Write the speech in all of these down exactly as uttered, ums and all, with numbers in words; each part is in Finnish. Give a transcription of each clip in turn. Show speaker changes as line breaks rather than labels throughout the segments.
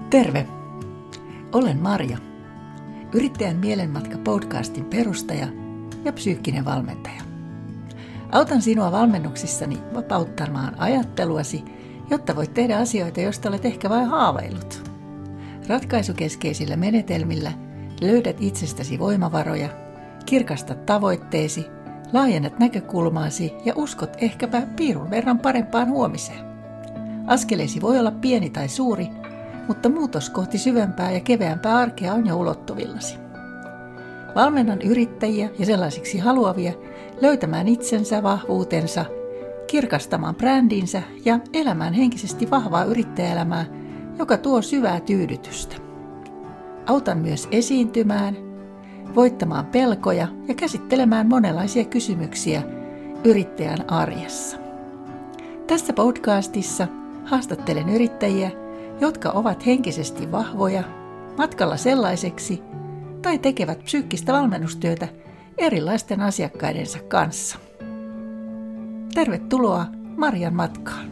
Terve! Olen Marja, Yrittäjän mielenmatka podcastin perustaja ja psyykkinen valmentaja. Autan sinua valmennuksissani vapauttamaan ajatteluasi, jotta voit tehdä asioita, joista olet ehkä vain haaveillut. Ratkaisukeskeisillä menetelmillä löydät itsestäsi voimavaroja, kirkastat tavoitteesi, laajennat näkökulmaasi ja uskot ehkäpä piirun verran parempaan huomiseen. Askeleesi voi olla pieni tai suuri, mutta muutos kohti syvempää ja keveämpää arkea on jo ulottuvillasi. Valmennan yrittäjiä ja sellaisiksi haluavia löytämään itsensä, vahvuutensa, kirkastamaan brändinsä ja elämään henkisesti vahvaa yrittäjäelämää, joka tuo syvää tyydytystä. Autan myös esiintymään, voittamaan pelkoja ja käsittelemään monenlaisia kysymyksiä yrittäjän arjessa. Tässä podcastissa haastattelen yrittäjiä, jotka ovat henkisesti vahvoja, matkalla sellaiseksi tai tekevät psyykkistä valmennustyötä erilaisten asiakkaidensa kanssa. Tervetuloa Marjan matkaan!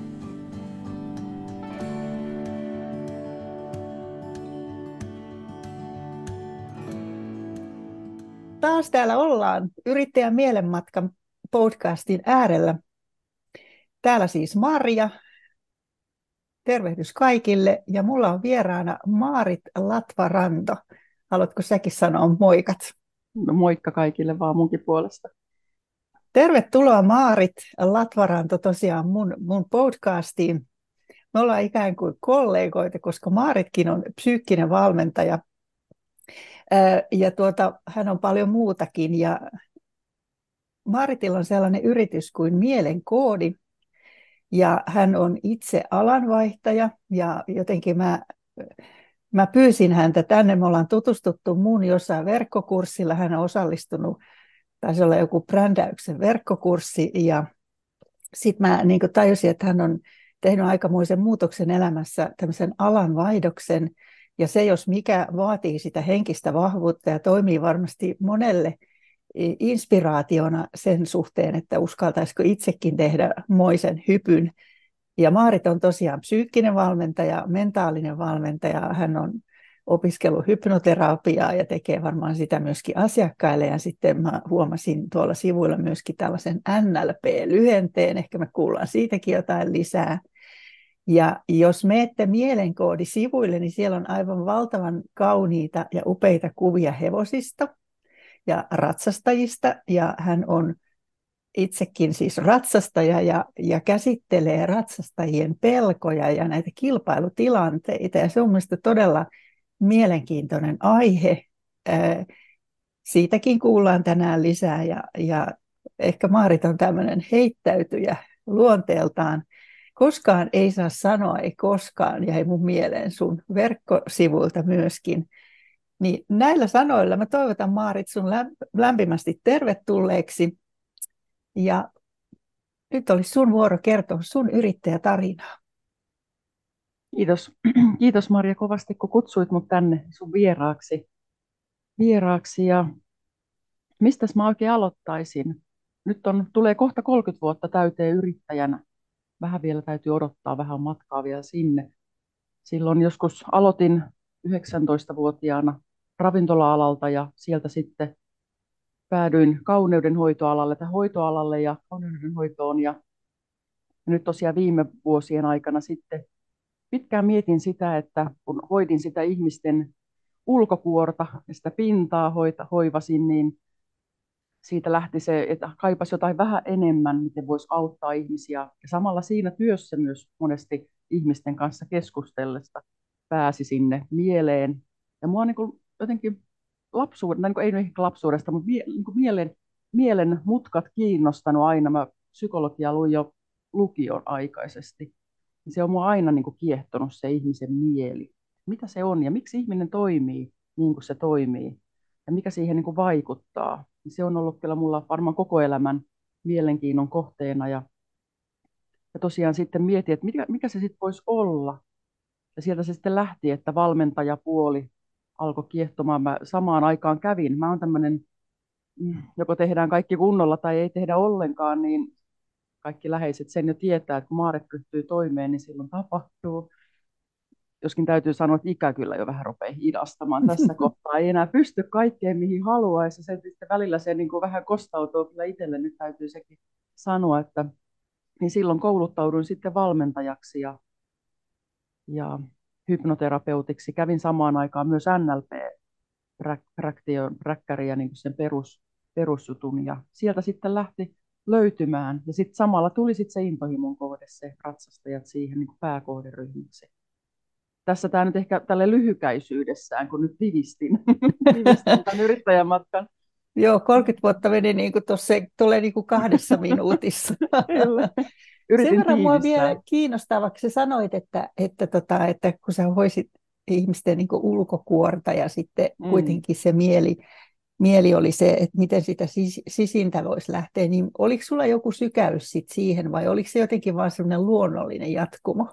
Taas täällä ollaan Yrittäjän mielenmatkan podcastin äärellä. Täällä siis Marja. Tervehdys kaikille, ja mulla on vieraana Maarit Latvaranto. Haluatko säkin sanoa moikat?
No, moikka kaikille vaan munkin puolesta.
Tervetuloa Maarit Latvaranto tosiaan mun, mun podcastiin. Me ollaan ikään kuin kollegoita, koska Maaritkin on psyykkinen valmentaja. Ja tuota, hän on paljon muutakin. Ja Maaritilla on sellainen yritys kuin Mielenkoodi. Ja hän on itse alanvaihtaja ja jotenkin mä, mä pyysin häntä tänne. Me ollaan tutustuttu mun jossain verkkokurssilla. Hän on osallistunut, taisi olla joku brändäyksen verkkokurssi. Ja sitten mä niin tajusin, että hän on tehnyt aikamoisen muutoksen elämässä, tämmöisen alanvaihdoksen. Ja se, jos mikä, vaatii sitä henkistä vahvuutta ja toimii varmasti monelle inspiraationa sen suhteen, että uskaltaisiko itsekin tehdä moisen hypyn. Ja Maarit on tosiaan psyykkinen valmentaja, mentaalinen valmentaja. Hän on opiskellut hypnoterapiaa ja tekee varmaan sitä myöskin asiakkaille. Ja sitten mä huomasin tuolla sivuilla myöskin tällaisen N L P-lyhenteen. Ehkä me kuullaan siitäkin jotain lisää. Ja jos menette Mielenkoodi-sivuille, niin siellä on aivan valtavan kauniita ja upeita kuvia hevosista ja ratsastajista, ja hän on itsekin siis ratsastaja ja, ja käsittelee ratsastajien pelkoja ja näitä kilpailutilanteita, ja se on mielestäni todella mielenkiintoinen aihe. Ää, siitäkin kuullaan tänään lisää, ja, ja ehkä Maarit on tämmöinen heittäytyjä luonteeltaan. Koskaan ei saa sanoa, ei koskaan, jäi mun mieleen sun verkkosivulta myöskin. Niin näillä sanoilla mä toivotan Maarit sun lämpimästi tervetulleeksi. Ja nyt olisi sun vuoro kertoa sun yrittäjätarinaa.
Kiitos. Kiitos Marja kovasti, kun kutsuit mut tänne sun vieraaksi. vieraaksi ja mistäs mä oikein aloittaisin? Nyt on, tulee kohta kolmekymmentä vuotta täyteen yrittäjänä. Vähän vielä täytyy odottaa, vähän matkaa vielä sinne. Silloin joskus aloitin yhdeksäntoistavuotiaana ravintola-alalta ja sieltä sitten päädyin kauneudenhoitoalalle tai hoitoalalle ja kauneudenhoitoon. Ja nyt tosiaan viime vuosien aikana sitten pitkään mietin sitä, että kun hoidin sitä ihmisten ulkokuorta ja sitä pintaa hoita, hoivasin, niin siitä lähti se, että kaipasi jotain vähän enemmän, miten voisi auttaa ihmisiä. Ja samalla siinä työssä myös monesti ihmisten kanssa keskustellessa pääsi sinne mieleen. Ja mua niin kuin jotenkin lapsuuden, niin kuin ei ehkä lapsuudesta, mutta mie, niin kuin mielen, mielen mutkat kiinnostanut aina. Mä psykologiaa luin jo lukion aikaisesti. Se on mua aina niin kuin kiehtonut se ihmisen mieli. Mitä se on ja miksi ihminen toimii niin kuin se toimii ja mikä siihen niin kuin vaikuttaa. Se on ollut kyllä mulla varmaan koko elämän mielenkiinnon kohteena. Ja, ja tosiaan sitten mietin, että mikä, mikä se sitten voisi olla. Ja sieltä se sitten lähti, että valmentajapuoli alkoi kiehtomaan. Mä samaan aikaan kävin. Mä oon tämmöinen, joko tehdään kaikki kunnolla tai ei tehdä ollenkaan, niin kaikki läheiset sen jo tietää, että kun Maaret ryhtyy toimeen, niin silloin tapahtuu. Joskin täytyy sanoa, että ikä kyllä jo vähän rupeaa hidastamaan tässä kohtaa. Ei enää pysty kaikkeen, mihin haluaisi. Se, sitten välillä se niin kuin vähän kostautuu kyllä itselle. Nyt täytyy sekin sanoa, että niin silloin kouluttauduin sitten valmentajaksi ja, ja hypnoterapeutiksi. Kävin samaan aikaan myös N L P-räkkäriä, niin kuin sen perus, perusjutun. Ja sieltä sitten lähti löytymään. Ja sitten samalla tuli sitten se intohimon kohde, se ratsastajat siihen niin kuin pääkohderyhmäksi. Tässä tämä nyt ehkä tälle lyhykäisyydessään, kun nyt tivistin, tivistin tämän yrittäjämatkan.
Joo, kolmekymmentä vuotta meni niin kuin tuossa, tulee niin kuin kahdessa minuutissa.
Kyllä.
Sen
Yritin
verran mua vielä
tiivistää.
kiinnostavaksi sanoit, että, että, tota, että kun sä hoisit ihmisten niin kuin ulkokuorta ja sitten
Mm.
kuitenkin se mieli, mieli oli se, että miten sitä sis- sisintä voisi lähteä, niin oliko sulla joku sykäys sit siihen vai oliko se jotenkin vaan sellainen luonnollinen jatkumo?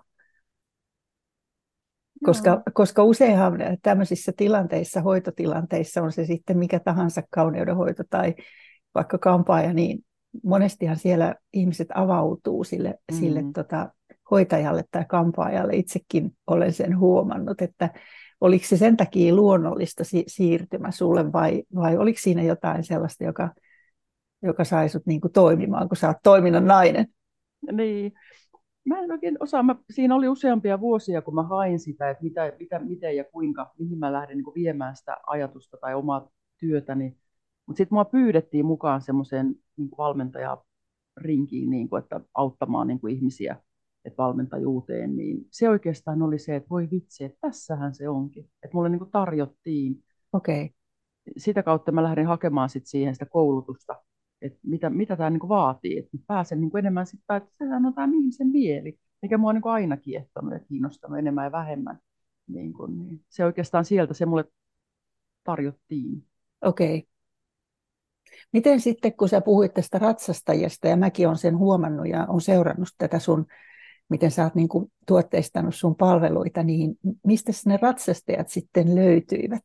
Koska,
Joo.
koska useinhan tämmöisissä tilanteissa, hoitotilanteissa, on se sitten mikä tahansa kauneudenhoito tai vaikka kampaaja, niin monestihan siellä ihmiset avautuu sille, sille
Mm.
tota, hoitajalle tai kampaajalle. Itsekin olen sen huomannut, että oliko se sen takia luonnollista si- siirtymä sulle vai, vai oliko siinä jotain sellaista, joka, joka sai sut niin kuin toimimaan, kun sä oot toiminnan nainen?
Niin. Mä en oikein osaa. Mä, siinä oli useampia vuosia, kun mä hain sitä, että mitä, mitä, miten ja kuinka, mihin mä lähden niin kuin viemään sitä ajatusta tai omaa työtäni. Mutta sitten mua pyydettiin mukaan semmoiseen niin valmentajarinkiin, niin kuin, että auttamaan niin kuin ihmisiä että valmentajuuteen. Niin se oikeastaan oli se, että voi vitsi, että tässähän se onkin. Että mulle niin kuin tarjottiin.
Okei. Okay.
Sitä kautta mä lähdin hakemaan sit siihen sitä koulutusta, että mitä, mitä tämä niinku vaatii, että pääsen niinku enemmän sitten, että sehän on tämä ihmisen mieli, mikä mua on niinku aina kiehtonut ja kiinnostanut enemmän ja vähemmän. Niin kun, niin. Se oikeastaan sieltä se mulle tarjottiin.
Okei. Okay. Miten sitten, kun sä puhuit tästä ratsastajasta, ja mäkin olen sen huomannut ja olen seurannut tätä sun, miten sä oot niin kuin tuotteistanut sun palveluita, niin mistä ne ratsastajat sitten löytyivät?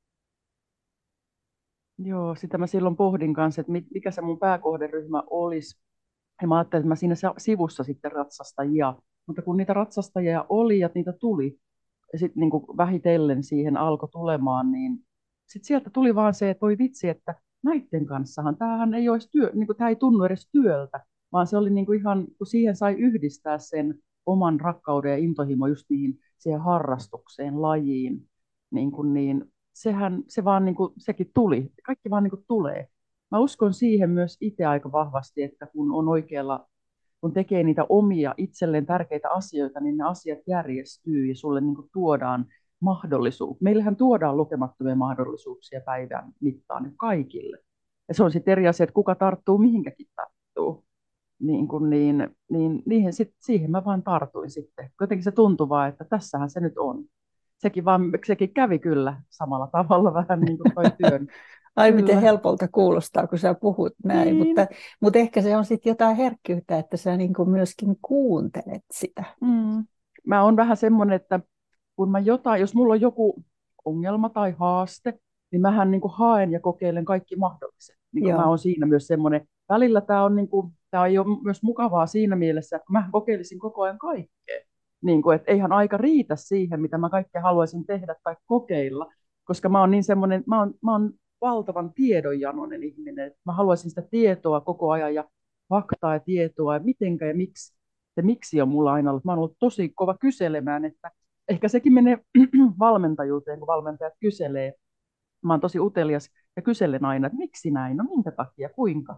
Joo, sitä mä silloin pohdin kanssa, että mikä se mun pääkohderyhmä olisi. Ja mä ajattelin, että mä siinä sivussa sitten ratsastajia, mutta kun niitä ratsastajia oli ja niitä tuli, ja sitten niin kuin vähitellen siihen alkoi tulemaan, niin sitten sieltä tuli vaan se, että voi vitsi, että näiden kanssahan tämähän ei olisi työ, niin kuin, tämä ei tunnu edes työltä, vaan se oli niin kuin ihan, kun siihen sai yhdistää sen oman rakkauden ja intohimo just niihin siihen harrastukseen, lajiin, niin, kuin niin sehän se vaan niin kuin, sekin tuli, kaikki vaan niin kuin tulee. Mä uskon siihen myös itse aika vahvasti, että kun on oikealla kun tekee niitä omia itselleen tärkeitä asioita, niin ne asiat järjestyy ja sulle niin kuin tuodaan mahdollisuus. Meillähän tuodaan lukemattomia mahdollisuuksia päivän mittaan kaikille. Ja se on sitten eri asia, että kuka tarttuu mihinkäkin tarttuu. Niin kuin niin, niin, niihin sit, siihen mä vaan tartuin sitten. Jotenkin se tuntui vaan, että tässähän se nyt on. Sekin, vaan, sekin kävi kyllä samalla tavalla vähän niin kuin toi työn.
Ai miten
Kyllä.
helpolta kuulostaa, kun sä puhut näin,
Niin.
mutta, mutta ehkä se on sitten jotain herkkyyttä, että sä niin kuin myöskin kuuntelet sitä.
Mm. Mä oon vähän semmoinen, että kun mä jotain, jos mulla on joku ongelma tai haaste, niin mähän niin kuin haen ja kokeilen kaikki mahdolliset. Niin kuin mä
Joo.
oon siinä myös semmoinen, välillä tämä on, niin kuin, tää on jo myös mukavaa siinä mielessä, että mä kokeilisin koko ajan kaikkea. Niin kuin, että eihän aika riitä siihen, mitä mä kaikkea haluaisin tehdä tai kokeilla, koska mä oon niin semmoinen, mä oon, mä oon valtavan tiedonjanoinen ihminen, että mä haluaisin sitä tietoa koko ajan ja faktaa ja tietoa ja mitenkä ja miksi. Se miksi on mulla aina ollut. Mä oon ollut tosi kova kyselemään, että ehkä sekin menee valmentajuuteen, kun valmentajat kyselee. Mä oon tosi utelias ja kyselen aina, että miksi näin, no minkä takia, kuinka.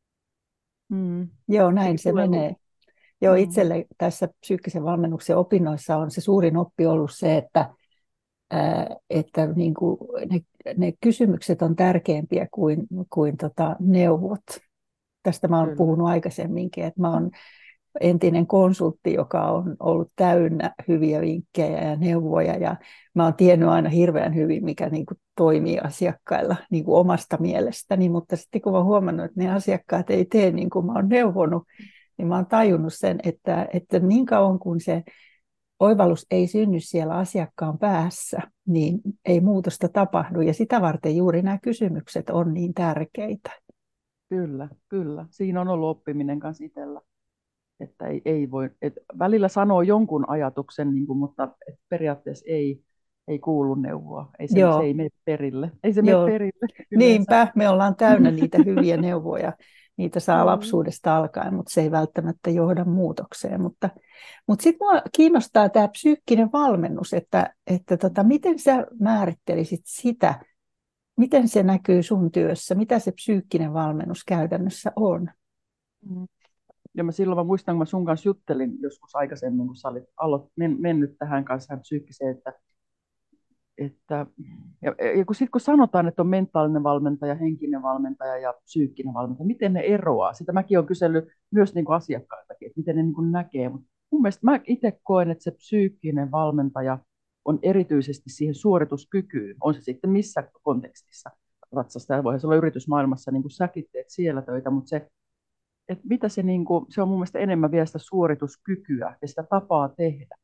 Mm.
Joo, näin
Sekin
se
tulee.
menee. Joo,
Mm.
itselle tässä psyykkisen valmennuksen opinnoissa on se suurin oppi ollut se, että, ää, että niin kuin ne, ne kysymykset on tärkeämpiä kuin, kuin tota neuvot. Tästä mä oon
Kyllä.
puhunut aikaisemminkin, että mä oon entinen konsultti, joka on ollut täynnä hyviä vinkkejä ja neuvoja, ja mä oon tiennyt aina hirveän hyvin, mikä niin kuin toimii asiakkailla niin kuin omasta mielestäni, mutta sitten kun mä oon huomannut, että ne asiakkaat ei tee niin kuin mä oon neuvonut, niin mä oon tajunnut sen, että, että niin kauan kuin se oivallus ei synny siellä asiakkaan päässä, niin ei muutosta tapahdu, ja sitä varten juuri nämä kysymykset on niin tärkeitä.
Kyllä, kyllä. Siinä on ollut oppiminen kanssa itsellä. että ei, ei voi, että välillä sanoo jonkun ajatuksen, niin kuin, mutta et periaatteessa ei, ei kuulu neuvoa. Ei se, se
Joo,
ei mene perille. Ei se mene
joo.
perille yleensä.
Niinpä, me ollaan täynnä niitä hyviä neuvoja. Niitä saa
Kyllä.
lapsuudesta alkaen, mutta se ei välttämättä johda muutokseen. Mutta, mutta sitten minua kiinnostaa tämä psyykkinen valmennus, että, että tota, miten sä määrittelisit sitä, miten se näkyy sun työssä, mitä se psyykkinen valmennus käytännössä on?
Mm. Ja mä silloin mä muistan, kun mä sun kanssa juttelin joskus aikaisemmin, kun sä olit aloit, men, mennyt tähän kanssa tähän psyykkiseen, että, että ja, ja kun, sit, kun sanotaan, että on mentaalinen valmentaja, henkinen valmentaja ja psyykkinen valmentaja, miten ne eroaa? Sitä mäkin olen kysellyt myös niin kuin asiakkailtakin, että miten ne niin kuin näkee. Mutta mun mielestä mä itse koen, että se psyykkinen valmentaja on erityisesti siihen suorituskykyyn, on se sitten missä kontekstissa ratsastaja, voihan se olla yritysmaailmassa, niin kuin säkin teet siellä töitä, mutta se, että mitä se, niin kuin, se on mun mielestä enemmän vielä sitä suorituskykyä ja sitä tapaa tehdä.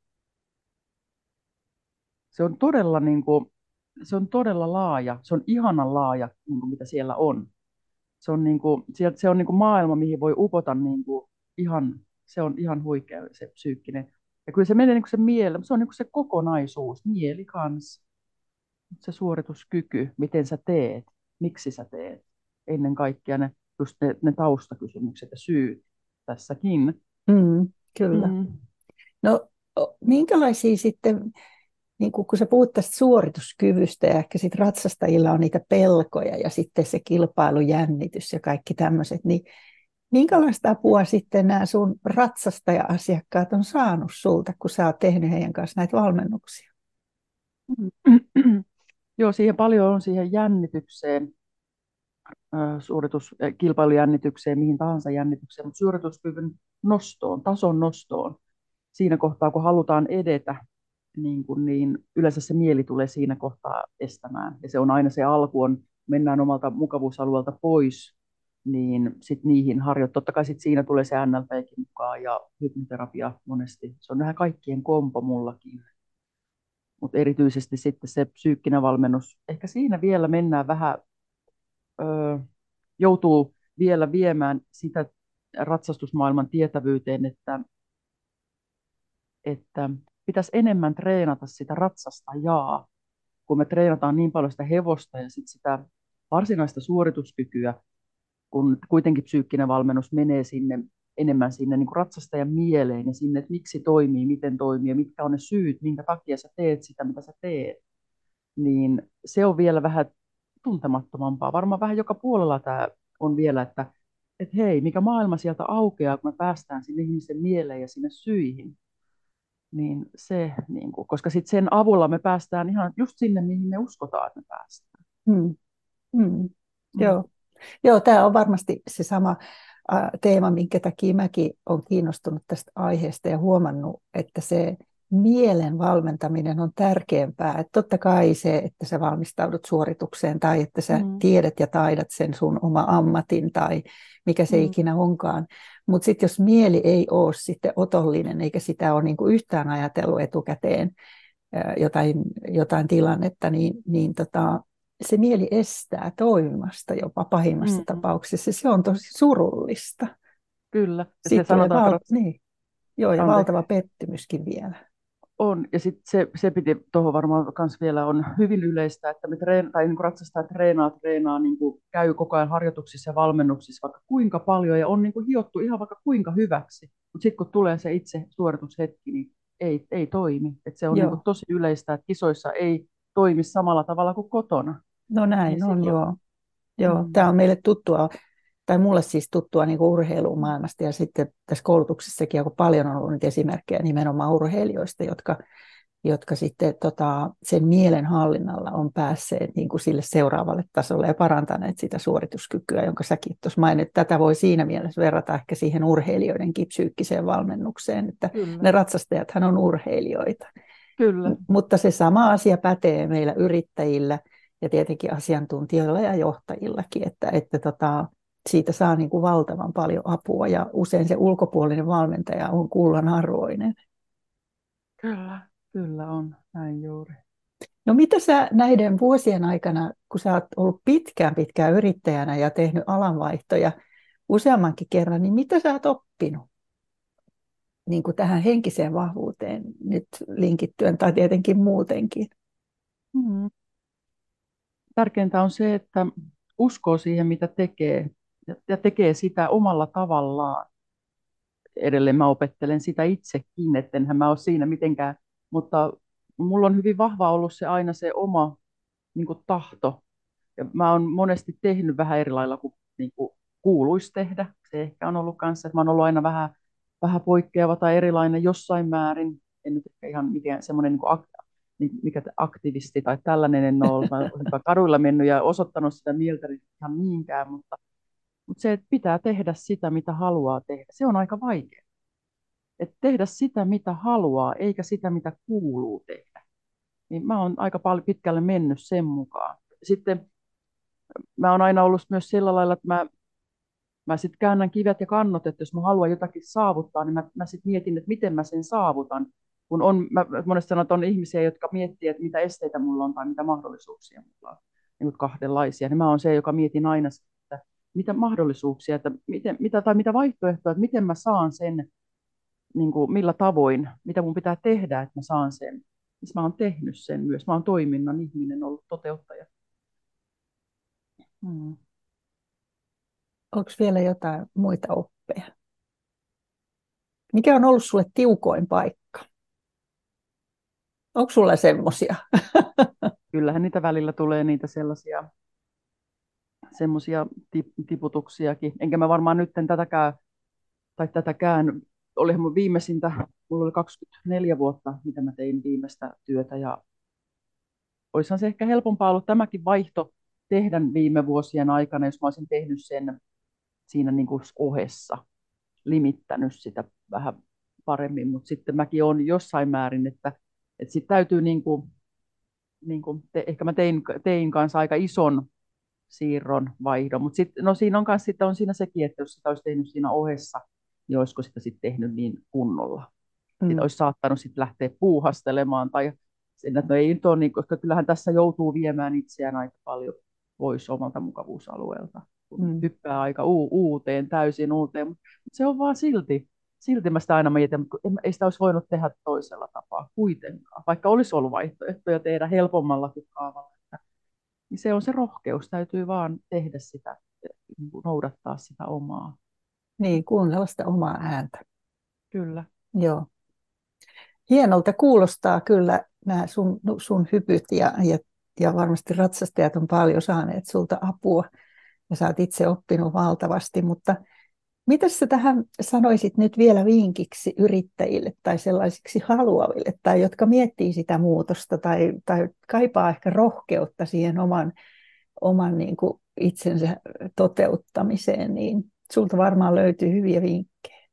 Se on todella, niin kuin, se on todella laaja, se on ihanan laaja, niin kuin mitä siellä on. Se on, niin kuin, sieltä, se on niin kuin maailma, mihin voi upota niin kuin ihan, se on ihan huikea se psyykkinen. Ja kyllä se menee niin kuin se mieli, se on niin kuin se kokonaisuus, mieli kanssa, se suorituskyky, miten sä teet, miksi sä teet. Ennen kaikkea ne, just ne, ne taustakysymykset ja syyt tässäkin.
Mm, kyllä.
Mm.
No, o- minkälaisia sitten, niin kun sä puhut tästä suorituskyvystä ja ehkä sitten ratsastajilla on niitä pelkoja ja sitten se kilpailujännitys ja kaikki tämmöiset, niin minkälaista apua sitten nämä sun ratsastaja-asiakkaat on saanut sulta, kun sä oot tehnyt heidän kanssa näitä valmennuksia?
Joo, siihen paljon on siihen jännitykseen, ö, suoritus, äh, kilpailujännitykseen, mihin tahansa jännitykseen, mutta suorituskyvyn nostoon, tason nostoon, siinä kohtaa, kun halutaan edetä, niin, kuin, niin yleensä se mieli tulee siinä kohtaa estämään. Ja se on aina se alku, on, mennään omalta mukavuusalueelta pois, niin sitten niihin harjoit. Totta kai sit siinä tulee se N L P:kin mukaan ja hypnoterapia monesti. Se on vähän kaikkien kompo mullakin. Mutta erityisesti sitten se psyykkinen valmennus. Ehkä siinä vielä mennään vähän, ö, joutuu vielä viemään sitä ratsastusmaailman tietävyyteen, että, että pitäisi enemmän treenata sitä ratsastajaa, kun me treenataan niin paljon sitä hevosta ja sit sitä varsinaista suorituskykyä, kun kuitenkin psyykkinen valmennus menee sinne enemmän sinne niin kuin ratsastajan mieleen ja sinne, että miksi toimii, miten toimii ja mitkä on ne syyt, minkä takia sä teet sitä, mitä sä teet, niin se on vielä vähän tuntemattomampaa. Varmaan vähän joka puolella tämä on vielä, että, että hei, mikä maailma sieltä aukeaa, kun me päästään sinne ihmisen mieleen ja sinne syihin. Niin se, niin kuin, koska sitten sen avulla me päästään ihan just sinne, mihin me uskotaan, että me päästään.
Mm, mm,
Mm.
joo. Joo, tämä on varmasti se sama ä, teema, minkä takia mäkin olen kiinnostunut tästä aiheesta ja huomannut, että se mielen valmentaminen on tärkeämpää. Että totta kai se, että sä valmistaudut suoritukseen tai että sä
Mm.
tiedät ja taidat sen sun oma ammatin tai mikä se
Mm.
ikinä onkaan. Mutta sitten jos mieli ei ole sitten otollinen eikä sitä ole niinku yhtään ajatellut etukäteen ä, jotain, jotain tilannetta, niin, niin tota, se mieli estää toimimasta jopa pahimmassa
Mm.
tapauksessa. Se on tosi surullista.
Kyllä. Ja se
Siitä tulee
sanotaan, että
val-
rats...
niin. Joo, ja
Anteeksi.
valtava pettymyskin vielä.
On, ja sitten se, se piti tuohon varmaan myös vielä on hyvin yleistä, että me treen, tai niin kuin ratsastaa treenaa, treenaa, niin kuin käy koko ajan harjoituksissa ja valmennuksissa vaikka kuinka paljon, ja on niin kuin hiottu ihan vaikka kuinka hyväksi, mutta sitten kun tulee se itse suoritushetki, niin ei, ei toimi. Et se on niin kuin
Joo,
tosi yleistä, että kisoissa ei toimi samalla tavalla kuin kotona.
no
Niin
näin on,
silloin,
joo. Joo,
mm,
tämä on meille tuttua, tai mulle siis tuttua niin kuin urheilumaailmasta, ja sitten tässä koulutuksessakin aika paljon on ollut niitä esimerkkejä nimenomaan urheilijoista, jotka jotka sitten tota, sen mielen hallinnalla on päässeet niin kuin sille seuraavalle tasolle ja parantaneet sitä suorituskykyä, jonka säkin tuossa mainit. Tätä voi siinä mielessä verrata ehkä siihen urheilijoidenkin psyykkiseen valmennukseen, että
kyllä,
ne ratsastajathan on urheilijoita.
kyllä.
M- mutta se sama asia pätee meillä yrittäjillä ja tietenkin asiantuntijoilla ja johtajillakin, että, että tota, siitä saa niin kuin valtavan paljon apua ja usein se ulkopuolinen valmentaja on kullanarvoinen.
Kyllä, kyllä on, näin juuri.
No mitä sä näiden vuosien aikana, kun sä oot ollut pitkään pitkään yrittäjänä ja tehnyt alanvaihtoja useammankin kerran, niin mitä sä oot oppinut? niin kuin tähän henkiseen vahvuuteen nyt linkittyen tai tietenkin muutenkin?
Mm. Tärkeintä on se, että uskoo siihen, mitä tekee, ja ja tekee sitä omalla tavallaan. Edelleen mä opettelen sitä itsekin, että enhän mä ole siinä mitenkään, mutta mulla on hyvin vahva ollut se aina se oma niin kuin tahto. Ja mä oon monesti tehnyt vähän eri lailla kuin, niin kuin kuuluisi tehdä. Se ehkä on ollut kanssa, että mä oon ollut aina vähän, vähän poikkeava tai erilainen jossain määrin. En nyt ehkä ihan mikään semmoinen niin kuin ak- niin mikä te- aktivisti tai tällainen en ole ollut. Mä olen kaduilla mennyt ja osoittanut sitä mieltä ihan niinkään, mutta, mutta se, että pitää tehdä sitä, mitä haluaa tehdä, se on aika vaikea. Että tehdä sitä, mitä haluaa, eikä sitä, mitä kuuluu tehdä. Niin mä oon aika paljon pitkälle mennyt sen mukaan. Sitten mä oon aina ollut myös sillä lailla, että mä, mä sitten käännän kivet ja kannot, että jos mä haluan jotakin saavuttaa, niin mä, mä sitten mietin, että miten mä sen saavutan. Kun on, mä monesti sanon, että on ihmisiä, jotka miettii, että mitä esteitä mulla on tai mitä mahdollisuuksia mulla on. Niin kuin kahdenlaisia. Niin mä oon se, joka mietin aina, että mitä mahdollisuuksia, että miten, mitä, tai mitä vaihtoehtoja, että miten mä saan sen, niin kuin millä tavoin, mitä mun pitää tehdä, että mä saan sen. Siis mä oon tehnyt sen myös. Mä oon toiminnan ihminen, ollut toteuttaja. Hmm.
Onko vielä jotain muita oppeja? Mikä on ollut sulle tiukoin paikka? Onko sulla semmoisia?
Kyllähän niitä välillä tulee niitä sellaisia semmoisia tiputuksiakin. Enkä mä varmaan nyt tätäkään, tai tätäkään, olihan mun viimeisintä, mulla oli kaksikymmentäneljä vuotta, mitä mä tein viimeistä työtä, ja olisihan se ehkä helpompaa ollut tämäkin vaihto tehdä viime vuosien aikana, jos mä olisin tehnyt sen siinä niin kuin ohessa, limittänyt sitä vähän paremmin, mutta sitten mäkin olen jossain määrin, että, että sitten täytyy niin kuin, niin kuin te, ehkä mä tein, tein kanssa aika ison siirron, vaihdon, mutta sitten no siinä on kanssa sitten on siinä sekin, että jos sitä olisi tehnyt siinä ohessa, niin olisiko sitä sitten tehnyt niin kunnolla. Sitten
Mm.
olisi saattanut sitten lähteä puuhastelemaan tai sen, että no ei nyt ole niin, koska kyllähän tässä joutuu viemään itseään aika paljon pois omalta mukavuusalueelta, kun
Mm.
hyppää aika u- uuteen, täysin uuteen, mutta se on vaan silti, silti mä sitä aina mietin, että ei sitä olisi voinut tehdä toisella tapaa kuitenkaan, vaikka olisi ollut vaihtoehtoja tehdä helpommallakin kaavalla. Niin se on se rohkeus, täytyy vaan tehdä sitä, niin kuin noudattaa sitä omaa.
Niin, kuunnella sitä omaa ääntä.
Kyllä.
Joo. Hienolta kuulostaa kyllä nämä sun, sun hypyt ja, ja, ja varmasti ratsastajat on paljon saaneet sulta apua ja sä oot itse oppinut valtavasti, mutta mitä sä tähän sanoisit nyt vielä vinkiksi yrittäjille tai sellaisiksi haluaville tai jotka miettii sitä muutosta tai, tai kaipaa ehkä rohkeutta siihen oman, oman niin kuin itsensä toteuttamiseen, niin sulta varmaan löytyy hyviä vinkkejä.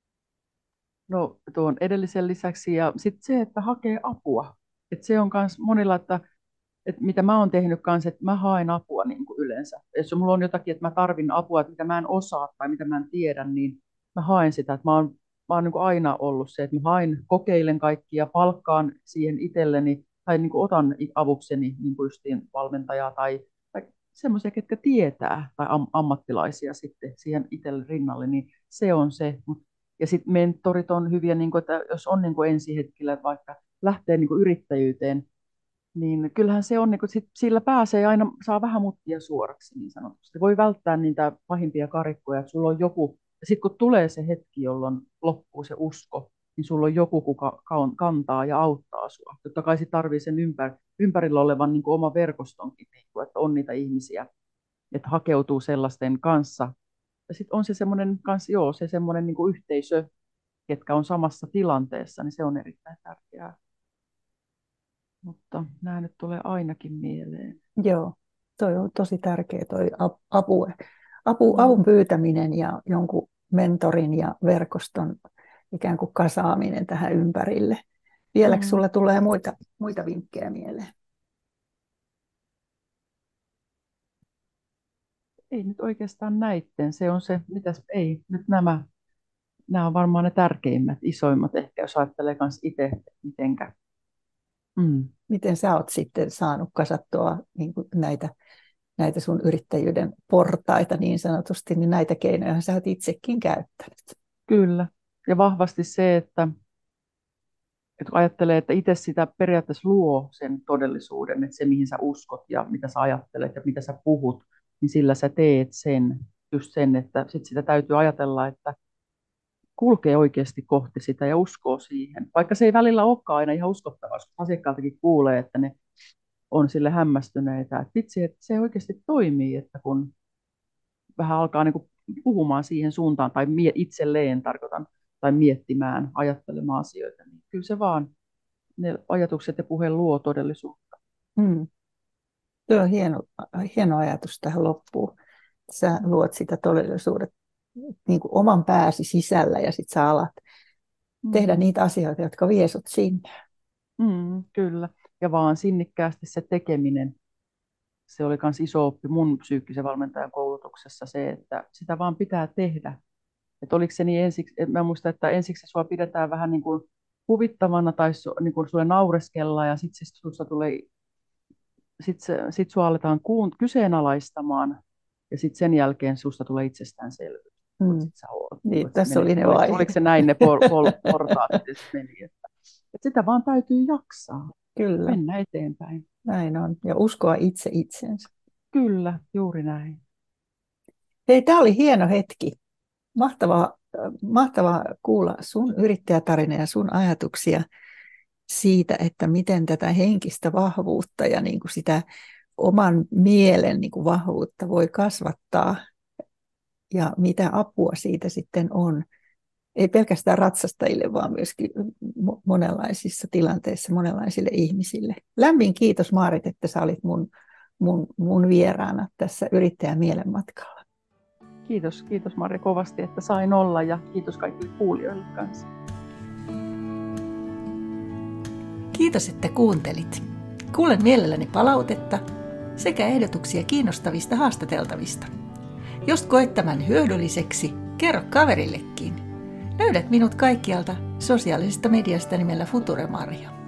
No tuon edellisen lisäksi ja sitten se, että hakee apua. Et se on myös monilla, että, että mitä mä oon tehnyt kanssa, että mä haen apua niin kuin yleensä. Jos mulla on jotakin, että mä tarvin apua, että mitä mä en osaa tai mitä mä en tiedä, niin mä haen sitä. Että mä oon, mä oon niin kuin aina ollut se, että mä haen, kokeilen kaikkia, palkkaan siihen itselleni tai niin kuin otan avukseni niin kuin justiin valmentajaa tai, tai semmoisia, ketkä tietää tai am, ammattilaisia sitten siihen itselle rinnalle, niin se on se. Ja sitten mentorit on hyviä, niin kuin, että jos on niin kuin ensihetkillä, että vaikka lähtee niin kuin yrittäjyyteen, niin kyllähän se on, niin kuin, sit sillä pääsee aina, saa vähän muttia suoraksi niin sanotusti. Voi välttää niitä pahimpia karikkoja, että sulla on joku, ja sitten kun tulee se hetki, jolloin loppuu se usko, niin sulla on joku, kuka kantaa ja auttaa sua. Totta kai sit tarvii sen ympär, ympärillä olevan niin kuin oma verkostonkin, niin kuin, että on niitä ihmisiä, että hakeutuu sellaisten kanssa. Ja sitten on se semmoinen kanssa, joo, se semmoinen niin kuin yhteisö, ketkä on samassa tilanteessa, niin se on erittäin tärkeää. Mutta nämä nyt tulee ainakin mieleen.
Joo, toi on tosi tärkeä toi apu, apu,
Mm.
avun pyytäminen ja jonkun mentorin ja verkoston ikään kuin kasaaminen tähän ympärille. Vieläkö
Mm.
sulla tulee muita, muita vinkkejä mieleen?
Ei nyt oikeastaan näitten. Se on se, mitäs ei. Nyt nämä, nämä on varmaan ne tärkeimmät, isoimmat ehkä, jos ajattelee myös itse, mitenkä. Mm.
Miten sä oot sitten saanut kasattua niin kuin näitä, näitä sun yrittäjyyden portaita niin sanotusti, niin näitä keinoja sä oot itsekin käyttänyt.
Kyllä. ja vahvasti se, että, että kun ajattelee, että itse sitä periaatteessa luo sen todellisuuden, että se mihin sä uskot ja mitä sä ajattelet ja mitä sä puhut, niin sillä sä teet sen, just sen, että sit sitä täytyy ajatella, että kulkee oikeasti kohti sitä ja uskoo siihen. Vaikka se ei välillä olekaan aina ihan uskottavaa, koska asiakkaaltakin kuulee, että ne on sille hämmästyneitä, että vitsi, että se oikeasti toimii, että kun vähän alkaa niin kuin puhumaan siihen suuntaan tai mie- itselleen tarkoitan, tai miettimään, ajattelemaan asioita, niin kyllä se vaan, ne ajatukset ja puhe luo todellisuutta.
Hmm. Tuo on hieno, hieno ajatus tähän loppuun. Sä luot sitä todellisuudet niin kuin oman pääsi sisällä ja sit sä alat tehdä
Mm.
niitä asioita, jotka vie sut sinne.
Mm, kyllä, ja vaan sinnikkäästi se tekeminen, se oli myös iso oppi mun psyykkisen valmentajan koulutuksessa se, että sitä vaan pitää tehdä. Että oliko se niin ensiksi, että mä muistan, että ensiksi sua pidetään vähän niin kuin huvittavana tai su, niin kuin sulle naureskellaan ja sitten susta tulee, sit se, sit sua aletaan kuun, kyseenalaistamaan ja sitten sen jälkeen susta tulee itsestäänselvyys.
Hmm.
Sit sä oot, niin kuin,
Niin,
että se
tässä
menet,
oli ne
oliko,
vaiheet.
oliko se näin ne por, por, portaat, miten se meni. Että, että sitä vaan täytyy jaksaa,
Kyllä,
mennä eteenpäin.
näin on. Ja uskoa itse itsensä.
Kyllä, juuri näin.
Hei, tämä oli hieno hetki. Mahtavaa, mahtavaa kuulla sun yrittäjätarina ja sun ajatuksia siitä, että miten tätä henkistä vahvuutta ja niin kuin sitä oman mielen niin kuin vahvuutta voi kasvattaa ja mitä apua siitä sitten on. Ei pelkästään ratsastajille, vaan myöskin monenlaisissa tilanteissa monenlaisille ihmisille. Lämmin kiitos Maarit, että sä olit mun, mun, mun vieraana tässä Yrittäjän mielen matkalla.
Kiitos, kiitos Marja kovasti, että sain olla ja kiitos kaikille kuulijoille kanssa.
Kiitos, että kuuntelit. Kuulen mielelläni palautetta sekä ehdotuksia kiinnostavista haastateltavista. Jos koet tämän hyödylliseksi, kerro kaverillekin. Löydät minut kaikkialta sosiaalisesta mediasta nimellä Future Marja.